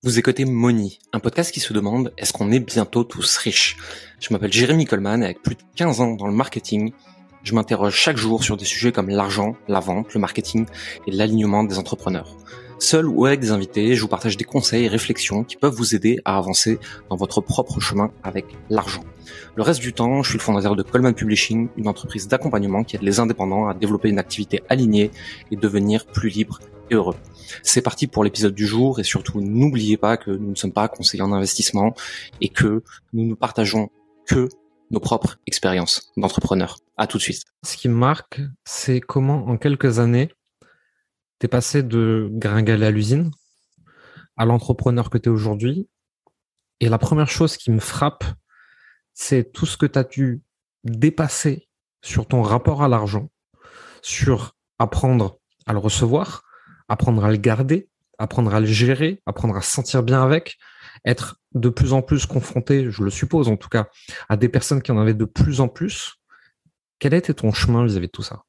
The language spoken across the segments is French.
Vous écoutez Money, un podcast qui se demande est-ce qu'on est bientôt tous riches? Je m'appelle Jérémy Coleman et avec plus de 15 ans dans le marketing, je m'interroge chaque jour sur des sujets comme l'argent, la vente, le marketing et l'alignement des entrepreneurs. Seul ou avec des invités, je vous partage des conseils et réflexions qui peuvent vous aider à avancer dans votre propre chemin avec l'argent. Le reste du temps, je suis le fondateur de Coleman Publishing, une entreprise d'accompagnement qui aide les indépendants à développer une activité alignée et devenir plus libre et heureux. C'est parti pour l'épisode du jour et surtout n'oubliez pas que nous ne sommes pas conseillers en investissement et que nous ne partageons que nos propres expériences d'entrepreneurs. À tout de suite. Ce qui me marque, c'est comment en quelques années, t'es passé de gringaler à l'usine à l'entrepreneur que t'es aujourd'hui. Et la première chose qui me frappe, c'est tout ce que t'as dû dépasser sur ton rapport à l'argent, sur apprendre à le recevoir, apprendre à le garder, apprendre à le gérer, apprendre à se sentir bien avec, être de plus en plus confronté, je le suppose en tout cas, à des personnes qui en avaient de plus en plus. Quel était ton chemin vis-à-vis de tout ça?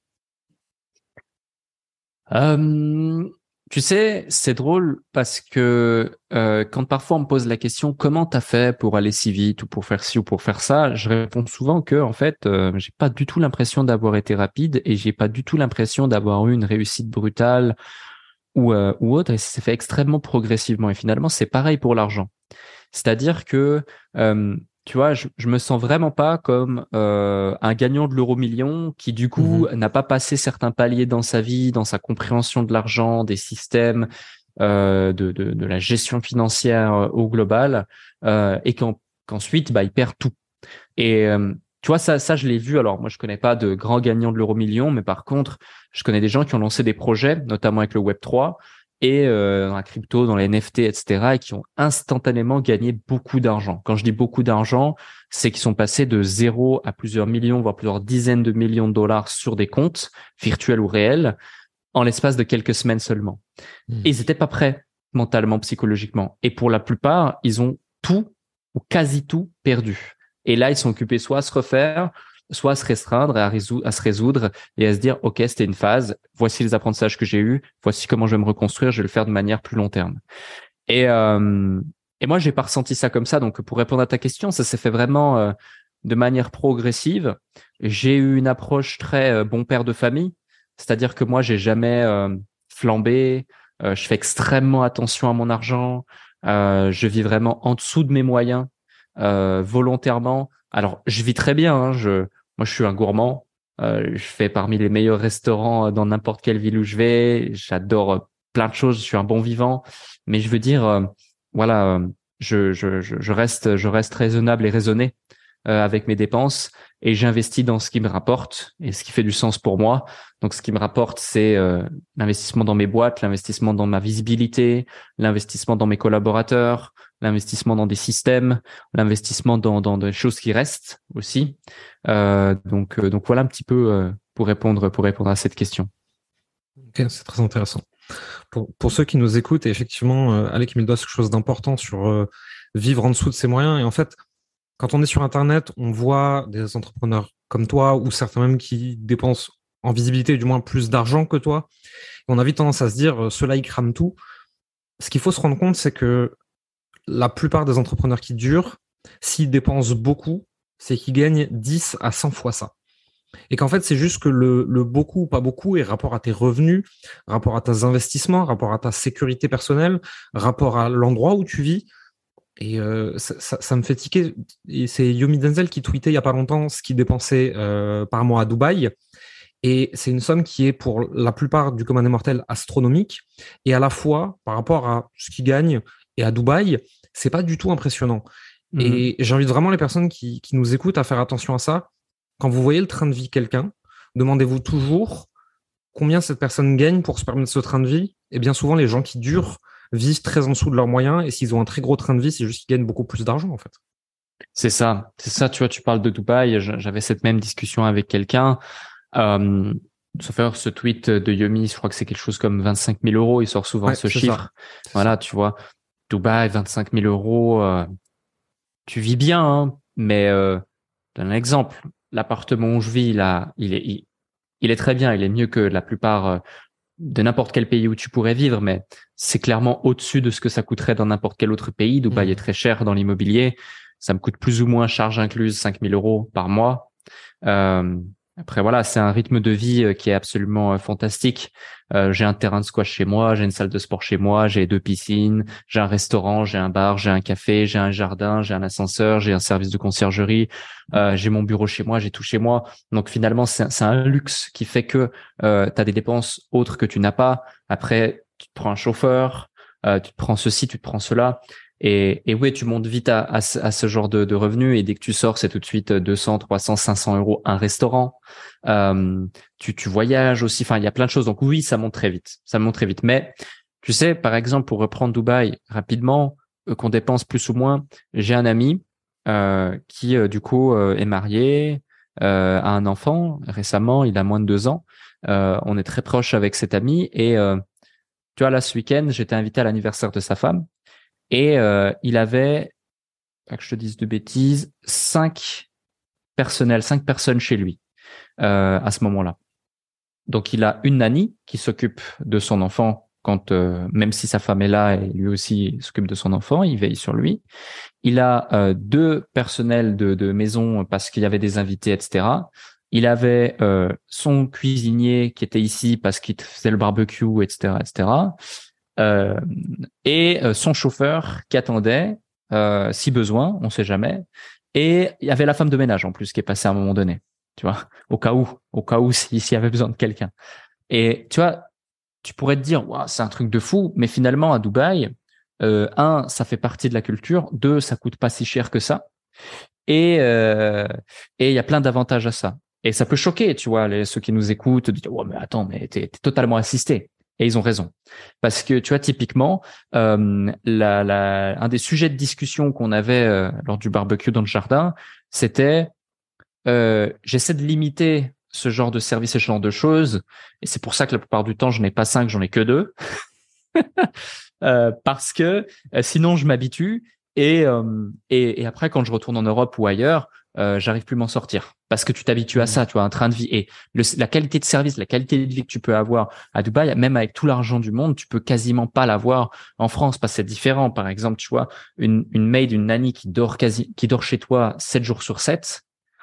Tu sais, c'est drôle parce que quand parfois on me pose la question comment t'as fait pour aller si vite ou pour faire ci ou pour faire ça, je réponds souvent que en fait, j'ai pas du tout l'impression d'avoir été rapide et j'ai pas du tout l'impression d'avoir eu une réussite brutale ou autre. Et ça s'est fait extrêmement progressivement. Et finalement, c'est pareil pour l'argent. C'est-à-dire que tu vois, je me sens vraiment pas comme un gagnant de l'euro-million qui du coup n'a pas passé certains paliers dans sa vie, dans sa compréhension de l'argent, des systèmes, de la gestion financière au global, et qu'ensuite il perd tout. Et tu vois, ça je l'ai vu. Alors moi je connais pas de grands gagnants de l'euro-million, mais par contre je connais des gens qui ont lancé des projets, notamment avec le Web3 et dans la crypto, dans les NFT, etc., et qui ont instantanément gagné beaucoup d'argent. Quand je dis beaucoup d'argent, c'est qu'ils sont passés de zéro à plusieurs millions, voire plusieurs dizaines de millions de dollars sur des comptes virtuels ou réels en l'espace de quelques semaines seulement. Et ils n'étaient pas prêts mentalement, psychologiquement. Et pour la plupart, ils ont tout ou quasi tout perdu. Et là, ils sont occupés soit à se refaire, soit à se restreindre, à se résoudre et à se dire, OK, c'était une phase. Voici les apprentissages que j'ai eus. Voici comment je vais me reconstruire. Je vais le faire de manière plus long terme. Et moi, j'ai pas ressenti ça comme ça. Donc, pour répondre à ta question, ça s'est fait vraiment de manière progressive. J'ai eu une approche très bon père de famille. C'est-à-dire que moi, j'ai jamais flambé. Je fais extrêmement attention à mon argent. Je vis vraiment en dessous de mes moyens volontairement. Alors, je vis très bien. Moi, je suis un gourmand. Je fais parmi les meilleurs restaurants dans n'importe quelle ville où je vais. J'adore plein de choses. Je suis un bon vivant. Mais je veux dire, voilà, je reste raisonnable et raisonné avec mes dépenses et j'investis dans ce qui me rapporte et ce qui fait du sens pour moi. Donc, ce qui me rapporte, c'est l'investissement dans mes boîtes, l'investissement dans ma visibilité, l'investissement dans mes collaborateurs, l'investissement dans des systèmes, l'investissement dans des choses qui restent aussi. Donc voilà un petit peu pour répondre à cette question. Ok, c'est très intéressant. Pour ceux qui nous écoutent, et effectivement, Alec met le doigt sur quelque chose d'important sur vivre en dessous de ses moyens. Et en fait, quand on est sur Internet, on voit des entrepreneurs comme toi ou certains même qui dépensent en visibilité du moins plus d'argent que toi. Et on a vite tendance à se dire, ceux-là, ils crament tout. Ce qu'il faut se rendre compte, c'est que la plupart des entrepreneurs qui durent, s'ils dépensent beaucoup, c'est qu'ils gagnent 10 à 100 fois ça. Et qu'en fait, c'est juste que le beaucoup ou pas beaucoup est rapport à tes revenus, rapport à tes investissements, rapport à ta sécurité personnelle, rapport à l'endroit où tu vis. Et ça me fait tiquer. Et c'est Yomi Denzel qui tweetait il y a pas longtemps ce qu'il dépensait par mois à Dubaï. Et c'est une somme qui est pour la plupart du commun des mortels astronomique. Et à la fois, par rapport à ce qu'il gagne et à Dubaï, c'est pas du tout impressionnant. Et j'invite vraiment les personnes qui nous écoutent à faire attention à ça. Quand vous voyez le train de vie de quelqu'un, demandez-vous toujours combien cette personne gagne pour se permettre ce train de vie. Et bien souvent, les gens qui durent vivent très en dessous de leurs moyens. Et s'ils ont un très gros train de vie, c'est juste qu'ils gagnent beaucoup plus d'argent, en fait. C'est ça. Tu vois, tu parles de Dubaï. J'avais cette même discussion avec quelqu'un. Sauf erreur, ce tweet de Yomi, je crois que c'est quelque chose comme 25 000 euros. Il sort souvent ce chiffre. Voilà, tu vois, Dubaï, 25 000 euros. Tu vis bien, hein, mais donne un exemple. L'appartement où je vis, là, il est très bien. Il est mieux que la plupart de n'importe quel pays où tu pourrais vivre, mais c'est clairement au-dessus de ce que ça coûterait dans n'importe quel autre pays. Dubaï est très cher dans l'immobilier. Ça me coûte plus ou moins, charge incluse, 5 000 € par mois. Après, voilà, c'est un rythme de vie qui est absolument fantastique. J'ai un terrain de squash chez moi, j'ai une salle de sport chez moi, j'ai 2 piscines, j'ai un restaurant, j'ai un bar, j'ai un café, j'ai un jardin, j'ai un ascenseur, j'ai un service de conciergerie, j'ai mon bureau chez moi, j'ai tout chez moi. Donc finalement, c'est un luxe qui fait que tu as des dépenses autres que tu n'as pas. Après, tu te prends un chauffeur, tu te prends ceci, tu te prends cela. Et oui, tu montes vite à ce genre de revenus, et dès que tu sors, c'est tout de suite 200, 300, 500 € un restaurant. Tu voyages aussi. Enfin, il y a plein de choses. Donc oui, ça monte très vite. Ça monte très vite. Mais tu sais, par exemple, pour reprendre Dubaï rapidement, qu'on dépense plus ou moins, j'ai un ami qui du coup est marié, a un enfant récemment. Il a moins de 2 ans. On est très proche avec cet ami, et tu vois, là, ce week-end, j'étais invité à l'anniversaire de sa femme. Et il avait, pas que je te dise de bêtises, 5 personnes chez lui à ce moment-là. Donc il a une nanny qui s'occupe de son enfant quand même si sa femme est là, et lui aussi s'occupe de son enfant, il veille sur lui. Il a 2 personnels de maison parce qu'il y avait des invités, etc. Il avait son cuisinier qui était ici parce qu'il faisait le barbecue, etc., etc. Et son chauffeur qui attendait si besoin, on sait jamais. Et il y avait la femme de ménage en plus qui est passée à un moment donné, tu vois, au cas où s'il y avait besoin de quelqu'un. Et tu vois, tu pourrais te dire, waouh, c'est un truc de fou, mais finalement à Dubaï, ça fait partie de la culture. 2, ça coûte pas si cher que ça. Et il y a plein d'avantages à ça. Et ça peut choquer, tu vois, ceux qui nous écoutent, de dire, ouais, mais attends, mais t'es totalement assisté. Et ils ont raison. Parce que, tu vois, typiquement, un des sujets de discussion qu'on avait lors du barbecue dans le jardin, c'était j'essaie de limiter ce genre de service et ce genre de choses. Et c'est pour ça que la plupart du temps, je n'ai pas 5, j'en ai que 2. Parce que sinon, je m'habitue. Et après, quand je retourne en Europe ou ailleurs, j'arrive plus à m'en sortir. Parce que tu t'habitues à ça, tu vois, un train de vie. Et la qualité de service, la qualité de vie que tu peux avoir à Dubaï, même avec tout l'argent du monde, tu peux quasiment pas l'avoir en France, parce que c'est différent. Par exemple, tu vois, une maid, une nanny qui dort chez toi 7 jours sur 7,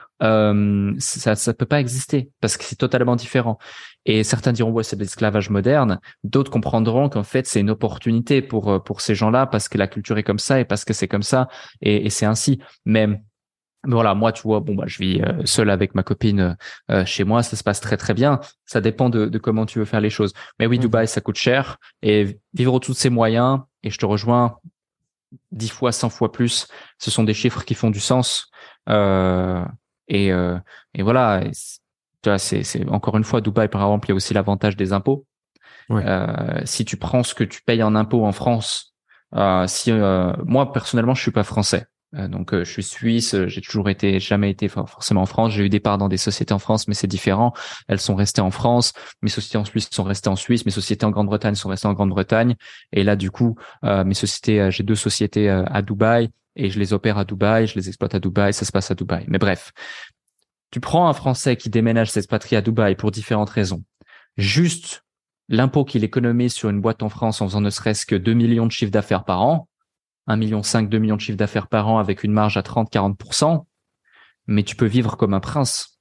ça peut pas exister parce que c'est totalement différent. Et certains diront ouais, c'est de l'esclavage moderne, d'autres comprendront qu'en fait c'est une opportunité pour ces gens-là parce que la culture est comme ça et parce que c'est comme ça, et c'est ainsi. Mais voilà, moi tu vois, bon bah je vis seul avec ma copine chez moi, ça se passe très très bien. Ça dépend de comment tu veux faire les choses. Mais oui, Dubaï ça coûte cher, et vivre au-dessus de ses moyens, et je te rejoins 10 fois, 100 fois plus, ce sont des chiffres qui font du sens. Et voilà, tu vois, c'est encore une fois, Dubaï, par exemple, il y a aussi l'avantage des impôts. Ouais. Si tu prends ce que tu payes en impôts en France, moi personnellement, je suis pas français, donc je suis suisse. J'ai jamais été forcément en France. J'ai eu des parts dans des sociétés en France, mais c'est différent. Elles sont restées en France. Mes sociétés en Suisse sont restées en Suisse. Mes sociétés en Grande-Bretagne sont restées en Grande-Bretagne. Et là, du coup, j'ai 2 sociétés à Dubaï. Et je les opère à Dubaï, je les exploite à Dubaï, ça se passe à Dubaï. Mais bref, tu prends un Français qui déménage, s'expatrie à Dubaï pour différentes raisons. Juste l'impôt qu'il économise sur une boîte en France en faisant ne serait-ce que 2 millions de chiffre d'affaires par an, 1,5 million, 2 millions de chiffre d'affaires par an avec une marge à 30-40%, mais tu peux vivre comme un prince.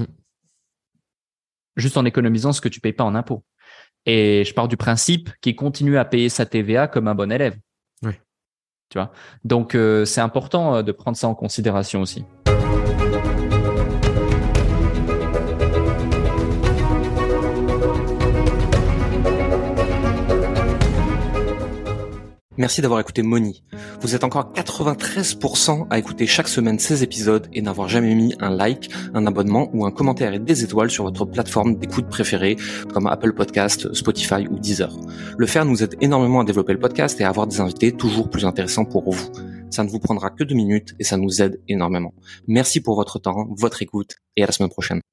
Juste en économisant ce que tu payes pas en impôt. Et je pars du principe qu'il continue à payer sa TVA comme un bon élève. Oui. Tu vois. Donc c'est important de prendre ça en considération aussi. Merci d'avoir écouté Moni. Vous êtes encore 93% à écouter chaque semaine ces épisodes et n'avoir jamais mis un like, un abonnement ou un commentaire et des étoiles sur votre plateforme d'écoute préférée comme Apple Podcast, Spotify ou Deezer. Le faire nous aide énormément à développer le podcast et à avoir des invités toujours plus intéressants pour vous. Ça ne vous prendra que 2 minutes et ça nous aide énormément. Merci pour votre temps, votre écoute et à la semaine prochaine.